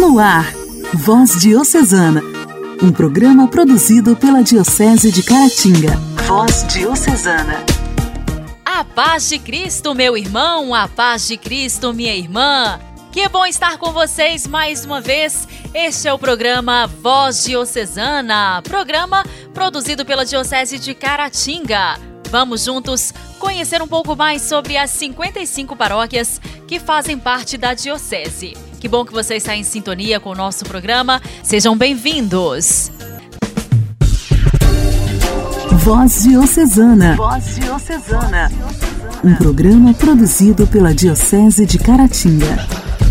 No ar, Voz Diocesana, um programa produzido pela Diocese de Caratinga. Voz Diocesana. A paz de Cristo, meu irmão, a paz de Cristo, minha irmã. Que bom estar com vocês mais uma vez. Este é o programa Voz Diocesana, programa produzido pela Diocese de Caratinga. Vamos juntos conhecer um pouco mais sobre as 55 paróquias que fazem parte da Diocese. Que bom que você está em sintonia com o nosso programa. Sejam bem-vindos. Voz Diocesana. Voz Diocesana. Um programa produzido pela Diocese de Caratinga.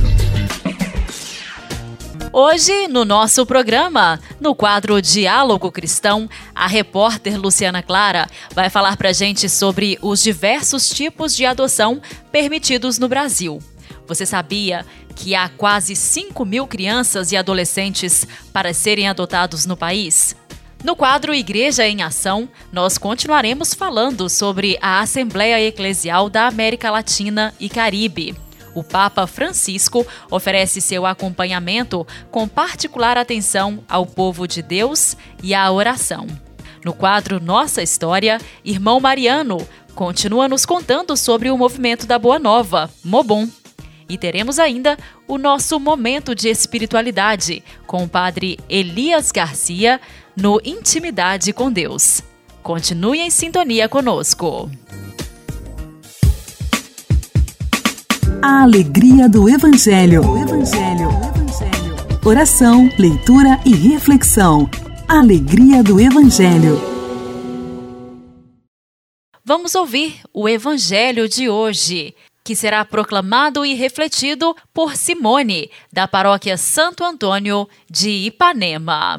Hoje, no nosso programa, no quadro Diálogo Cristão, a repórter Luciana Clara vai falar pra gente sobre os diversos tipos de adoção permitidos no Brasil. Você sabia que há quase 5.000 crianças e adolescentes para serem adotados no país? No quadro Igreja em Ação, nós continuaremos falando sobre a Assembleia Eclesial da América Latina e Caribe. O Papa Francisco oferece seu acompanhamento com particular atenção ao povo de Deus e à oração. No quadro Nossa História, Irmão Mariano continua nos contando sobre o movimento da Boa Nova, Mobon. E teremos ainda o nosso momento de espiritualidade com o Padre Elias Garcia no Intimidade com Deus. Continue em sintonia conosco. A alegria do Evangelho. Oração, leitura e reflexão. Alegria do Evangelho. Vamos ouvir o Evangelho de hoje, que será proclamado e refletido por Simone, da Paróquia Santo Antônio de Ipanema.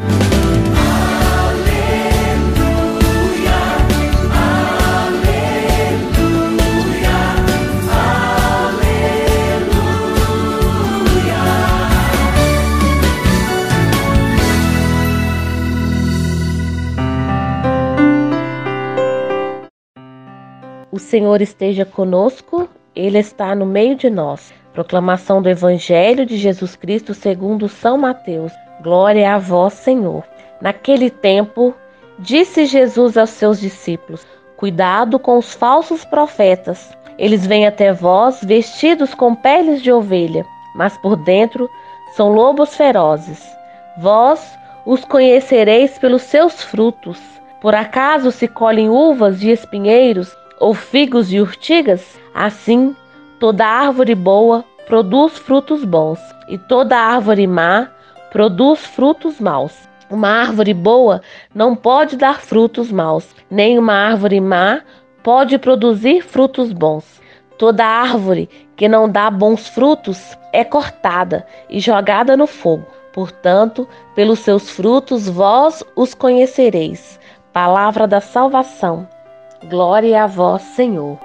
O Senhor esteja conosco, Ele está no meio de nós. Proclamação do Evangelho de Jesus Cristo segundo São Mateus. Glória a vós, Senhor. Naquele tempo, disse Jesus aos seus discípulos: cuidado com os falsos profetas. Eles vêm até vós vestidos com peles de ovelha, mas por dentro são lobos ferozes. Vós os conhecereis pelos seus frutos. Por acaso se colhem uvas de espinheiros ou figos de urtigas? Assim, toda árvore boa produz frutos bons, e toda árvore má produz frutos maus. Uma árvore boa não pode dar frutos maus, nem uma árvore má pode produzir frutos bons. Toda árvore que não dá bons frutos é cortada e jogada no fogo. Portanto, pelos seus frutos vós os conhecereis. Palavra da salvação. Glória a vós, Senhor.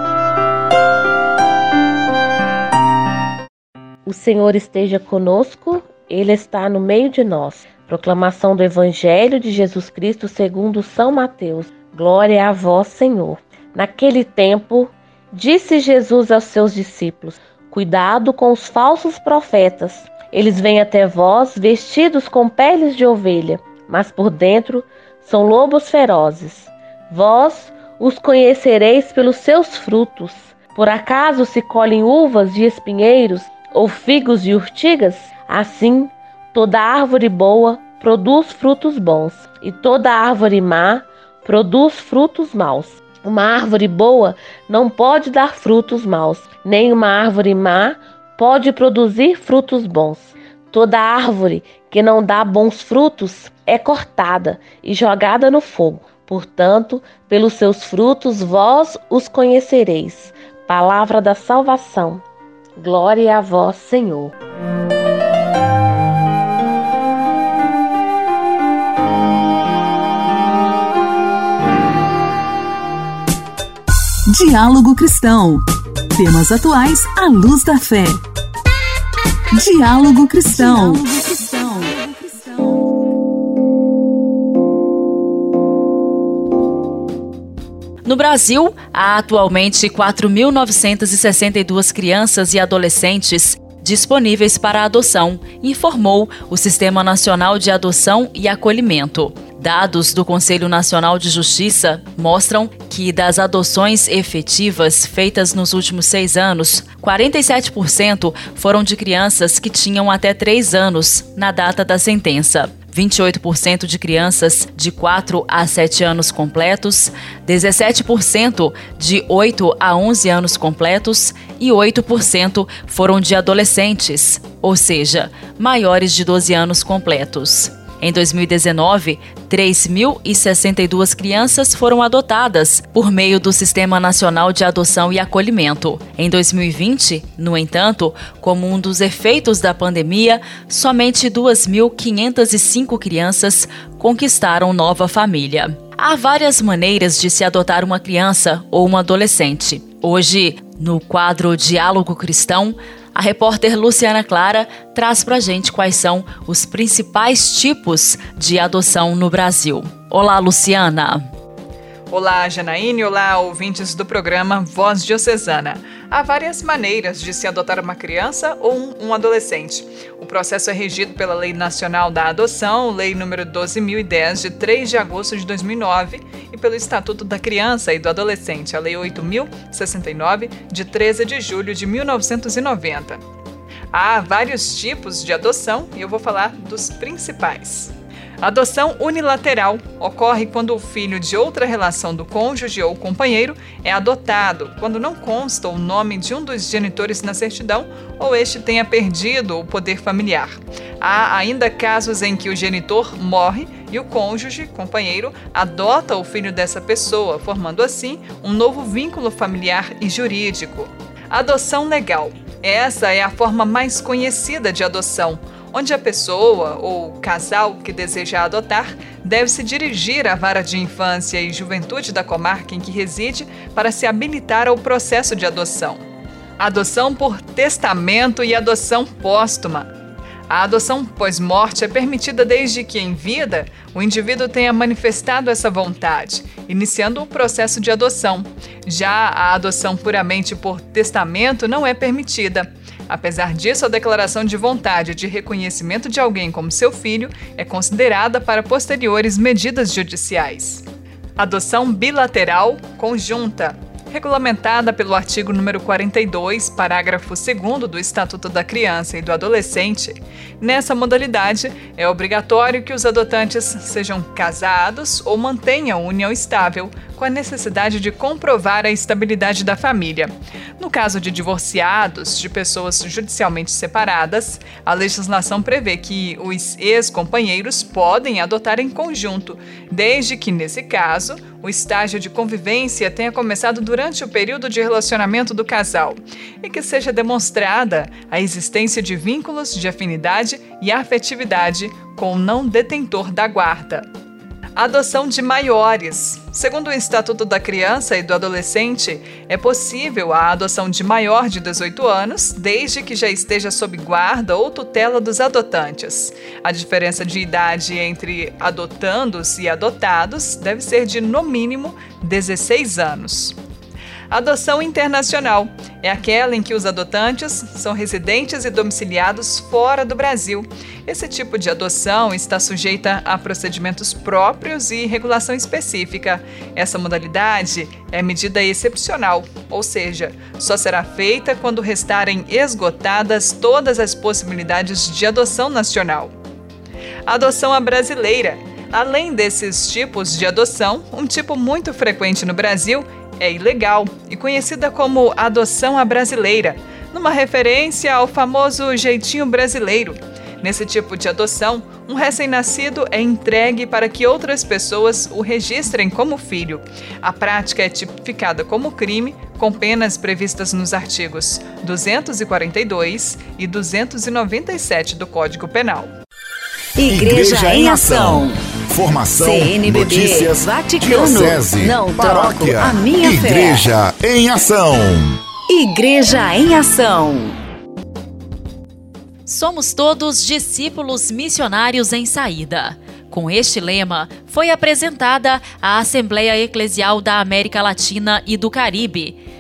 O Senhor esteja conosco, Ele está no meio de nós. Proclamação do Evangelho de Jesus Cristo segundo São Mateus. Glória a vós, Senhor. Naquele tempo, disse Jesus aos seus discípulos: cuidado com os falsos profetas. Eles vêm até vós vestidos com peles de ovelha, mas por dentro são lobos ferozes. Vós os conhecereis pelos seus frutos. Por acaso se colhem uvas de espinheiros ou figos de urtigas? Assim, toda árvore boa produz frutos bons, e toda árvore má produz frutos maus. Uma árvore boa não pode dar frutos maus, nem uma árvore má pode produzir frutos bons. Toda árvore que não dá bons frutos é cortada e jogada no fogo. Portanto, pelos seus frutos vós os conhecereis. Palavra da salvação. Glória a vós, Senhor. Diálogo Cristão. Temas atuais à luz da fé. Diálogo Cristão. No Brasil, há atualmente 4.962 crianças e adolescentes disponíveis para adoção, informou o Sistema Nacional de Adoção e Acolhimento. Dados do Conselho Nacional de Justiça mostram que das adoções efetivas feitas nos últimos 6 anos, 47% foram de crianças que tinham até 3 anos na data da sentença. 28% de crianças de 4 a 7 anos completos, 17% de 8 a 11 anos completos e 8% foram de adolescentes, ou seja, maiores de 12 anos completos. Em 2019, 3.062 crianças foram adotadas por meio do Sistema Nacional de Adoção e Acolhimento. Em 2020, no entanto, como um dos efeitos da pandemia, somente 2.505 crianças conquistaram nova família. Há várias maneiras de se adotar uma criança ou um adolescente. Hoje, no quadro Diálogo Cristão, a repórter Luciana Clara traz pra gente quais são os principais tipos de adoção no Brasil. Olá, Luciana! Olá, Janaíne. Olá, ouvintes do programa Voz Diocesana. Há várias maneiras de se adotar uma criança ou um adolescente. O processo é regido pela Lei Nacional da Adoção, Lei nº 12.010, de 3 de agosto de 2009, e pelo Estatuto da Criança e do Adolescente, a Lei 8.069, de 13 de julho de 1990. Há vários tipos de adoção e eu vou falar dos principais. A adoção unilateral ocorre quando o filho de outra relação do cônjuge ou companheiro é adotado, quando não consta o nome de um dos genitores na certidão ou este tenha perdido o poder familiar. Há ainda casos em que o genitor morre e o cônjuge, companheiro, adota o filho dessa pessoa, formando assim um novo vínculo familiar e jurídico. A adoção legal. Essa é a forma mais conhecida de adoção, onde a pessoa ou casal que deseja adotar deve se dirigir à vara de infância e juventude da comarca em que reside para se habilitar ao processo de adoção. Adoção por testamento e adoção póstuma. A adoção pós-morte é permitida desde que, em vida, o indivíduo tenha manifestado essa vontade, iniciando o processo de adoção. Já a adoção puramente por testamento não é permitida. Apesar disso, a declaração de vontade de reconhecimento de alguém como seu filho é considerada para posteriores medidas judiciais. Adoção bilateral conjunta. Regulamentada pelo artigo número 42, parágrafo 2º do Estatuto da Criança e do Adolescente, nessa modalidade é obrigatório que os adotantes sejam casados ou mantenham união estável, com a necessidade de comprovar a estabilidade da família. No caso de divorciados, de pessoas judicialmente separadas, a legislação prevê que os ex-companheiros podem adotar em conjunto, desde que, nesse caso, o estágio de convivência tenha começado durante o período de relacionamento do casal e que seja demonstrada a existência de vínculos de afinidade e afetividade com o não detentor da guarda. Adoção de maiores. Segundo o Estatuto da Criança e do Adolescente, é possível a adoção de maior de 18 anos, desde que já esteja sob guarda ou tutela dos adotantes. A diferença de idade entre adotandos e adotados deve ser de, no mínimo, 16 anos. Adoção internacional é aquela em que os adotantes são residentes e domiciliados fora do Brasil. Esse tipo de adoção está sujeita a procedimentos próprios e regulação específica. Essa modalidade é medida excepcional, ou seja, só será feita quando restarem esgotadas todas as possibilidades de adoção nacional. Adoção à brasileira. Além desses tipos de adoção, um tipo muito frequente no Brasil é ilegal e conhecida como adoção à brasileira, numa referência ao famoso jeitinho brasileiro. Nesse tipo de adoção, um recém-nascido é entregue para que outras pessoas o registrem como filho. A prática é tipificada como crime, com penas previstas nos artigos 242 e 297 do Código Penal. Igreja em Ação. Formação, CNBB, notícias, Vaticano, diocese, não paróquia, troco a minha Igreja em Ação. Igreja em Ação. Somos todos discípulos missionários em saída. Com este lema, foi apresentada a Assembleia Eclesial da América Latina e do Caribe,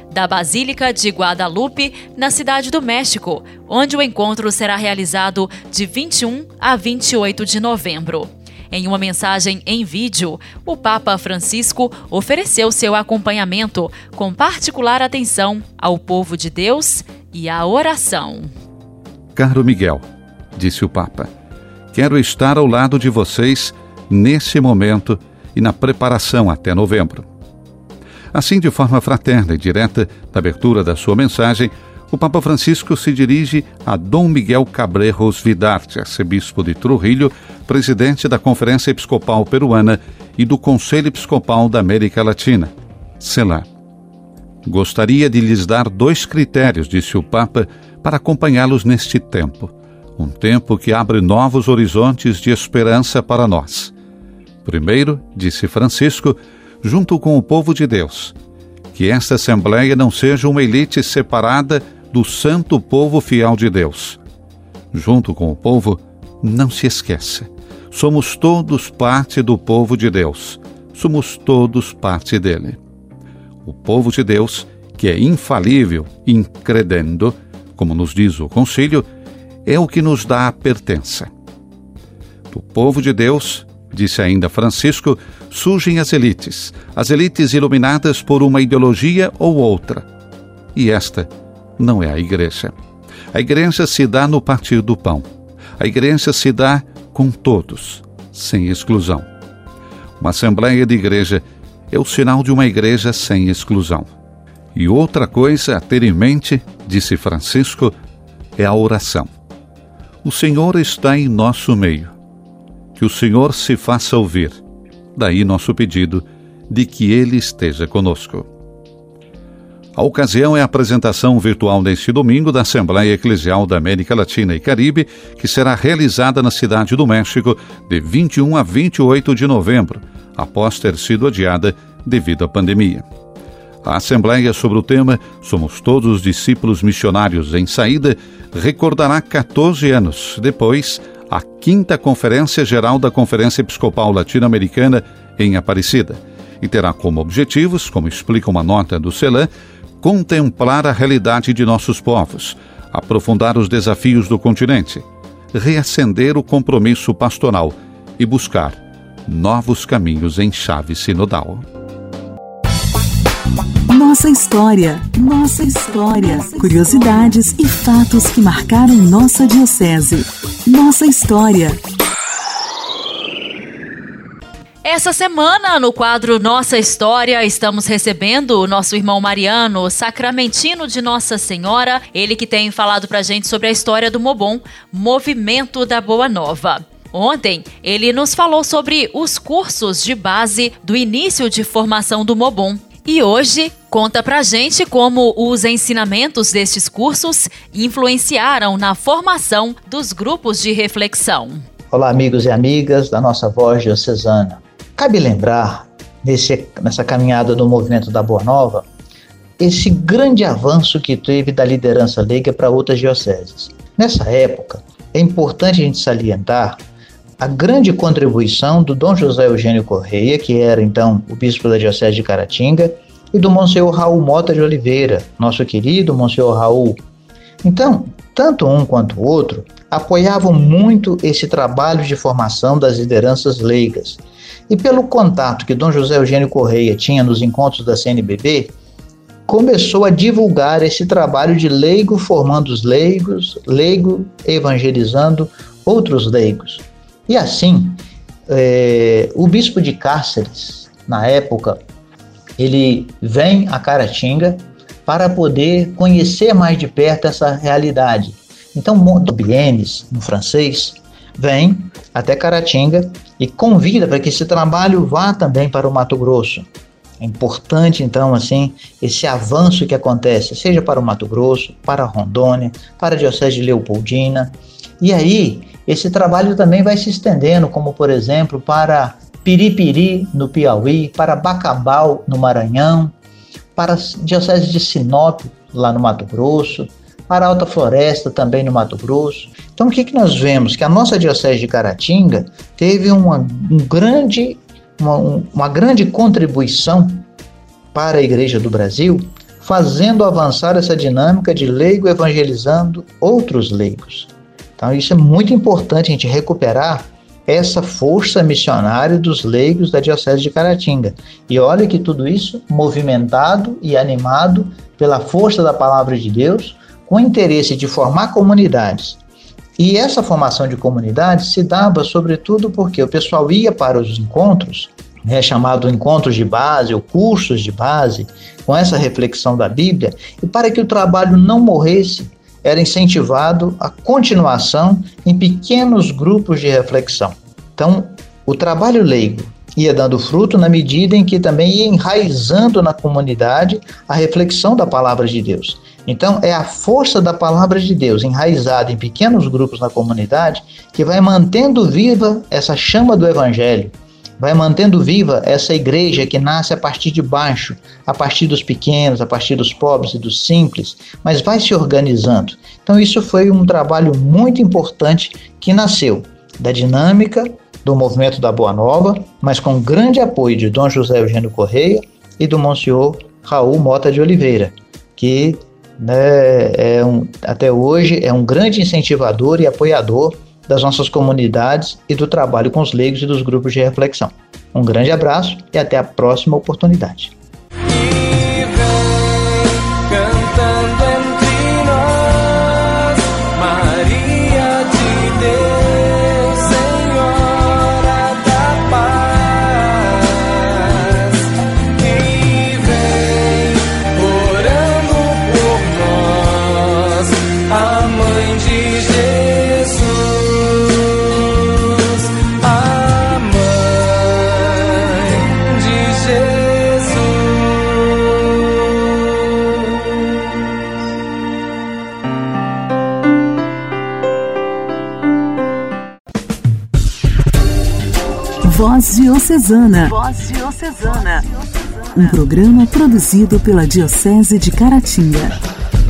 da Basílica de Guadalupe, na Cidade do México, onde o encontro será realizado de 21 a 28 de novembro. Em uma mensagem em vídeo, o Papa Francisco ofereceu seu acompanhamento com particular atenção ao povo de Deus e à oração. Caro Miguel, disse o Papa, quero estar ao lado de vocês nesse momento e na preparação até novembro. Assim, de forma fraterna e direta, na abertura da sua mensagem, o Papa Francisco se dirige a Dom Miguel Cabrejos Vidarte, arcebispo de Trujillo, presidente da Conferência Episcopal Peruana e do Conselho Episcopal da América Latina, CELAR. Gostaria de lhes dar 2 critérios, disse o Papa, para acompanhá-los neste tempo. Um tempo que abre novos horizontes de esperança para nós. Primeiro, disse Francisco, junto com o povo de Deus, que esta Assembleia não seja uma elite separada do santo povo fiel de Deus. Junto com o povo, não se esqueça. Somos todos parte do povo de Deus. Somos todos parte dele. O povo de Deus, que é infalível, incredendo, como nos diz o Concílio, é o que nos dá a pertença. Do povo de Deus, disse ainda Francisco, surgem as elites iluminadas por uma ideologia ou outra. E esta não é a Igreja. A Igreja se dá no partir do pão. A Igreja se dá com todos, sem exclusão. Uma Assembleia de Igreja é o sinal de uma Igreja sem exclusão. E outra coisa a ter em mente, disse Francisco, é a oração. O Senhor está em nosso meio. Que o Senhor se faça ouvir. Daí nosso pedido de que Ele esteja conosco. A ocasião é a apresentação virtual neste domingo da Assembleia Eclesial da América Latina e Caribe, que será realizada na Cidade do México de 21 a 28 de novembro, após ter sido adiada devido à pandemia. A Assembleia sobre o tema Somos Todos Discípulos Missionários em Saída recordará 14 anos depois a 5ª Conferência Geral da Conferência Episcopal Latino-Americana em Aparecida e terá como objetivos, como explica uma nota do CELAM, contemplar a realidade de nossos povos, aprofundar os desafios do continente, reacender o compromisso pastoral e buscar novos caminhos em chave sinodal. Nossa história. Curiosidades e fatos que marcaram nossa diocese. Nossa história. Essa semana, no quadro Nossa História, estamos recebendo o nosso irmão Mariano, sacramentino de Nossa Senhora, ele que tem falado pra gente sobre a história do MOBON, Movimento da Boa Nova. Ontem, ele nos falou sobre os cursos de base do início de formação do MOBON. E hoje, conta pra gente como os ensinamentos destes cursos influenciaram na formação dos grupos de reflexão. Olá, amigos e amigas da nossa Voz Diocesana. Cabe lembrar, nessa caminhada do Movimento da Boa Nova, esse grande avanço que teve da liderança leiga para outras dioceses. Nessa época, é importante a gente salientar a grande contribuição do Dom José Eugênio Correia, que era então o bispo da Diocese de Caratinga, e do Monsenhor Raul Mota de Oliveira, nosso querido Monsenhor Raul. Então, tanto um quanto o outro apoiavam muito esse trabalho de formação das lideranças leigas. E pelo contato que Dom José Eugênio Correia tinha nos encontros da CNBB, começou a divulgar esse trabalho de leigo formando os leigos, leigo evangelizando outros leigos. E assim, o bispo de Cáceres, na época, ele vem a Caratinga para poder conhecer mais de perto essa realidade. Então, Montbienes, no francês, vem até Caratinga e convida para que esse trabalho vá também para o Mato Grosso. É importante, então, assim, esse avanço que acontece, seja para o Mato Grosso, para Rondônia, para a Diocese de Leopoldina. E aí, esse trabalho também vai se estendendo, como, por exemplo, para Piripiri, no Piauí, para Bacabal, no Maranhão, para a Diocese de Sinop, lá no Mato Grosso, para a Alta Floresta, também no Mato Grosso. Então, o que nós vemos? Que a nossa Diocese de Caratinga teve uma grande contribuição para a Igreja do Brasil, fazendo avançar essa dinâmica de leigo evangelizando outros leigos. Então isso é muito importante a gente recuperar essa força missionária dos leigos da Diocese de Caratinga. E olha que tudo isso movimentado e animado pela força da Palavra de Deus, com o interesse de formar comunidades. E essa formação de comunidades se dava sobretudo porque o pessoal ia para os encontros, chamado encontros de base ou cursos de base, com essa reflexão da Bíblia, e para que o trabalho não morresse, era incentivado a continuação em pequenos grupos de reflexão. Então, o trabalho leigo ia dando fruto na medida em que também ia enraizando na comunidade a reflexão da Palavra de Deus. Então, é a força da Palavra de Deus enraizada em pequenos grupos na comunidade que vai mantendo viva essa chama do Evangelho, vai mantendo viva essa igreja que nasce a partir de baixo, a partir dos pequenos, a partir dos pobres e dos simples, mas vai se organizando. Então isso foi um trabalho muito importante que nasceu da dinâmica do movimento da Boa Nova, mas com grande apoio de Dom José Eugênio Correia e do Monsenhor Raul Mota de Oliveira, que até hoje é um grande incentivador e apoiador das nossas comunidades e do trabalho com os leigos e dos grupos de reflexão. Um grande abraço e até a próxima oportunidade. Voz Diocesana. Voz Diocesana. Um programa produzido pela Diocese de Caratinga.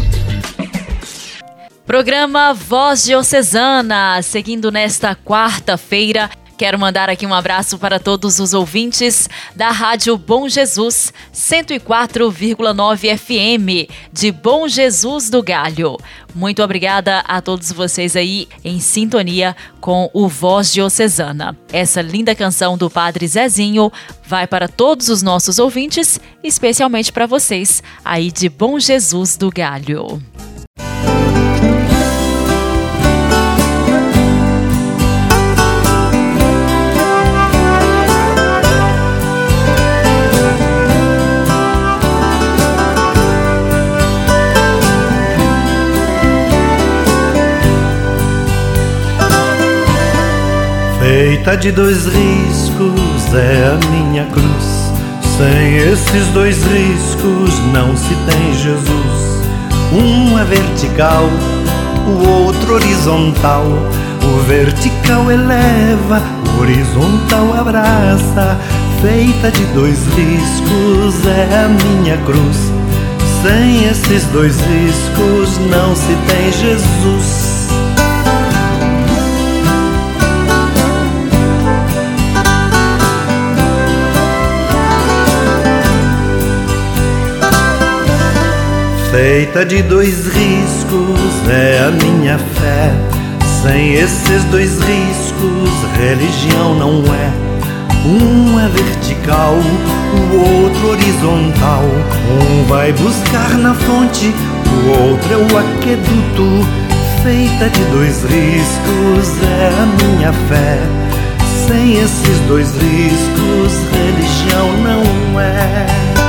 Programa Voz Diocesana, seguindo nesta quarta-feira. Quero mandar aqui um abraço para todos os ouvintes da Rádio Bom Jesus, 104,9 FM, de Bom Jesus do Galho. Muito obrigada a todos vocês aí em sintonia com o Voz Diocesana. Essa linda canção do Padre Zezinho vai para todos os nossos ouvintes, especialmente para vocês aí de Bom Jesus do Galho. Feita de dois riscos é a minha cruz. Sem esses dois riscos não se tem Jesus. Um é vertical, o outro horizontal. O vertical eleva, o horizontal abraça. Feita de dois riscos é a minha cruz. Sem esses dois riscos não se tem Jesus. Feita de dois riscos é a minha fé. Sem esses dois riscos, religião não é. Um é vertical, o outro horizontal. Um vai buscar na fonte, o outro é o aqueduto. Feita de dois riscos é a minha fé. Sem esses dois riscos, religião não é.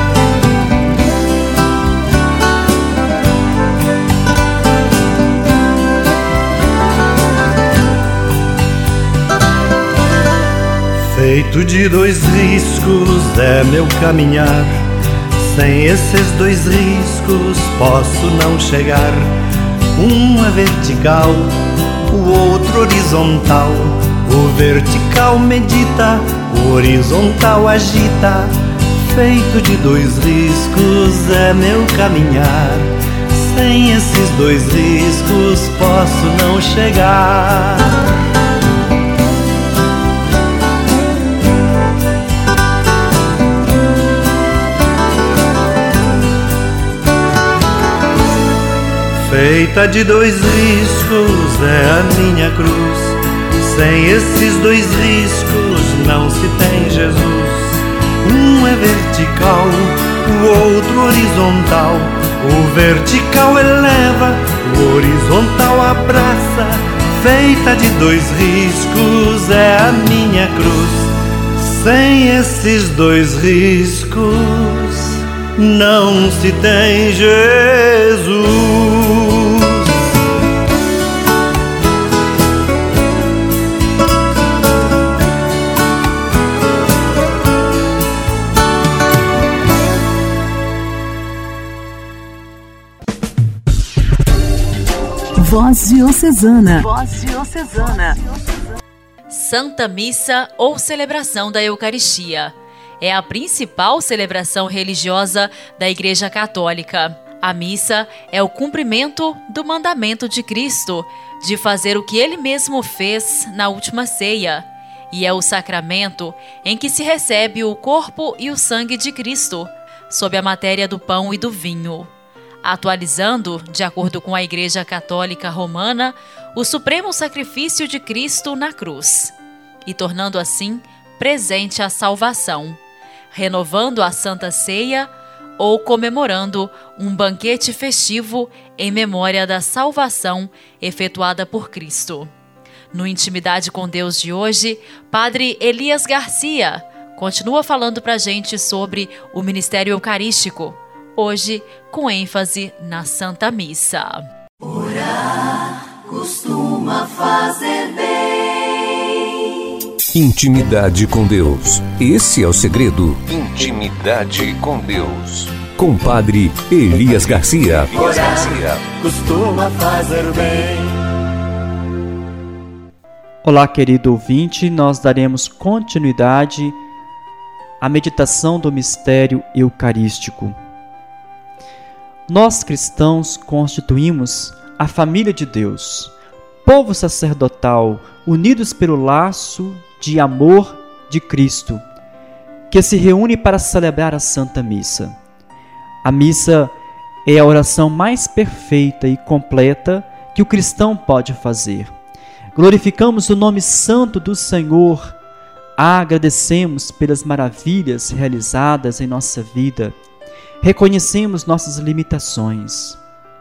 Feito de dois riscos é meu caminhar. Sem esses dois riscos posso não chegar. Um é vertical, o outro horizontal. O vertical medita, o horizontal agita. Feito de dois riscos é meu caminhar. Sem esses dois riscos posso não chegar. Feita de 2 riscos é a minha cruz. Sem esses 2 riscos não se tem Jesus. Um é vertical, o outro horizontal. O vertical eleva, o horizontal abraça. Feita de 2 riscos é a minha cruz. Sem esses 2 riscos não se tem Jesus. Voz Diocesana. Voz Diocesana. Santa Missa ou celebração da Eucaristia. É a principal celebração religiosa da Igreja Católica. A missa é o cumprimento do mandamento de Cristo de fazer o que Ele mesmo fez na última ceia, e é o sacramento em que se recebe o corpo e o sangue de Cristo, sob a matéria do pão e do vinho, atualizando, de acordo com a Igreja Católica Romana, o supremo sacrifício de Cristo na cruz, e tornando assim presente a salvação, renovando a Santa Ceia ou comemorando um banquete festivo em memória da salvação efetuada por Cristo. No Intimidade com Deus de hoje, Padre Elias Garcia continua falando para a gente sobre o ministério eucarístico, hoje com ênfase na Santa Missa. Orar costuma fazer bem. Intimidade com Deus. Esse é o segredo. Intimidade com Deus. Com Padre Elias Garcia. Orar costuma fazer bem. Olá, querido ouvinte, nós daremos continuidade à meditação do mistério eucarístico. Nós cristãos constituímos a família de Deus, povo sacerdotal, unidos pelo laço de amor de Cristo, que se reúne para celebrar a Santa Missa. A missa é a oração mais perfeita e completa que o cristão pode fazer. Glorificamos o nome santo do Senhor, agradecemos pelas maravilhas realizadas em nossa vida, reconhecemos nossas limitações.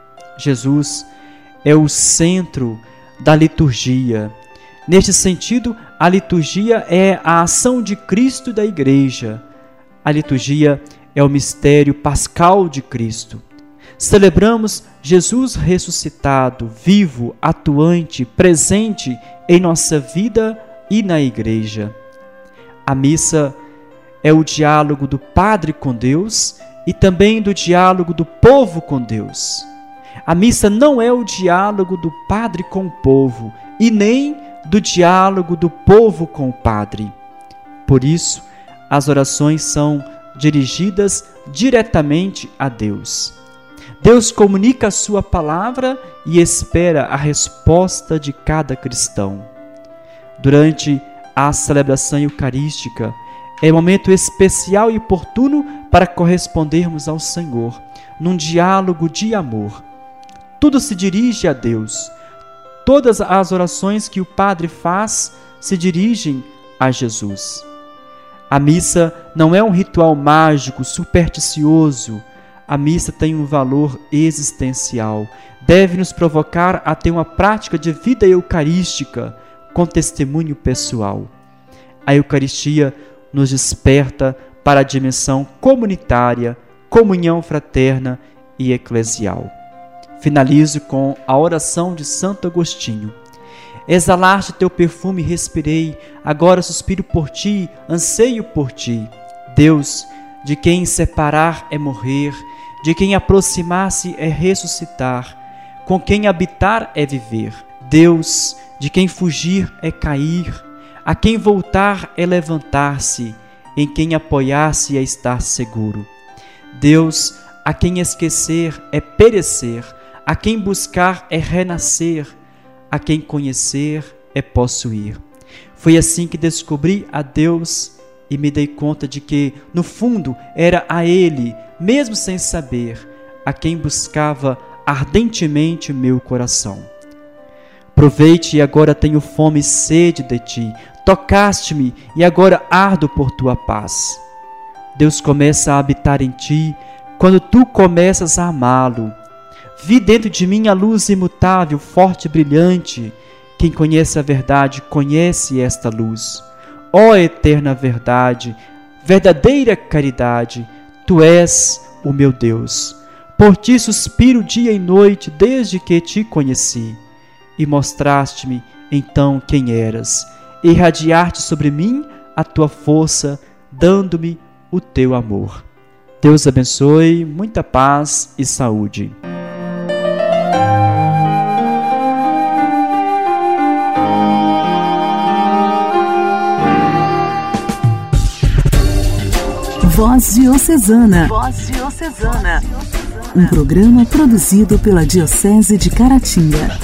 Jesus é o centro da liturgia. Neste sentido, a liturgia é a ação de Cristo e da Igreja. A liturgia é o mistério pascal de Cristo. Celebramos Jesus ressuscitado, vivo, atuante, presente em nossa vida e na Igreja. A missa é o diálogo do Padre com Deus e também do diálogo do povo com Deus. A missa não é o diálogo do Padre com o povo e nem do diálogo do povo com o Padre. Por isso, as orações são dirigidas diretamente a Deus. Deus comunica a sua palavra e espera a resposta de cada cristão. Durante a celebração eucarística, é um momento especial e oportuno para correspondermos ao Senhor, num diálogo de amor. Tudo se dirige a Deus. Todas as orações que o Padre faz se dirigem a Jesus. A missa não é um ritual mágico, supersticioso. A missa tem um valor existencial. Deve nos provocar a ter uma prática de vida eucarística com testemunho pessoal. A Eucaristia nos desperta para a dimensão comunitária, comunhão fraterna e eclesial. Finalizo com a oração de Santo Agostinho. Exalaste teu perfume e respirei, agora suspiro por ti, anseio por ti. Deus, de quem separar é morrer, de quem aproximar-se é ressuscitar, com quem habitar é viver. Deus, de quem fugir é cair, a quem voltar é levantar-se, em quem apoiar-se é estar seguro. Deus, a quem esquecer é perecer, a quem buscar é renascer, a quem conhecer é possuir. Foi assim que descobri a Deus e me dei conta de que, no fundo, era a Ele, mesmo sem saber, a quem buscava ardentemente meu coração. Provei-te e agora tenho fome e sede de ti. Tocaste-me e agora ardo por tua paz. Deus começa a habitar em ti quando tu começas a amá-lo. Vi dentro de mim a luz imutável, forte e brilhante. Quem conhece a verdade, conhece esta luz. Ó eterna verdade, verdadeira caridade, tu és o meu Deus. Por ti suspiro dia e noite desde que te conheci. E mostraste-me então quem eras. Irradiaste sobre mim a tua força, dando-me o teu amor. Deus abençoe, muita paz e saúde. Voz Diocesana. Voz Diocesana. Um programa produzido pela Diocese de Caratinga.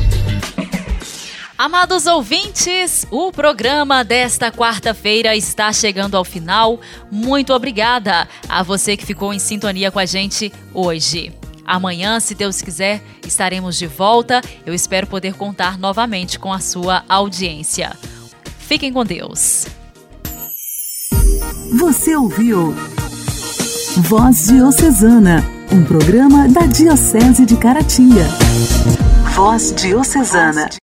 Amados ouvintes, o programa desta quarta-feira está chegando ao final. Muito obrigada a você que ficou em sintonia com a gente hoje. Amanhã, se Deus quiser, estaremos de volta. Eu espero poder contar novamente com a sua audiência. Fiquem com Deus. Você ouviu Voz Diocesana, um programa da Diocese de Caratinga. Voz Diocesana.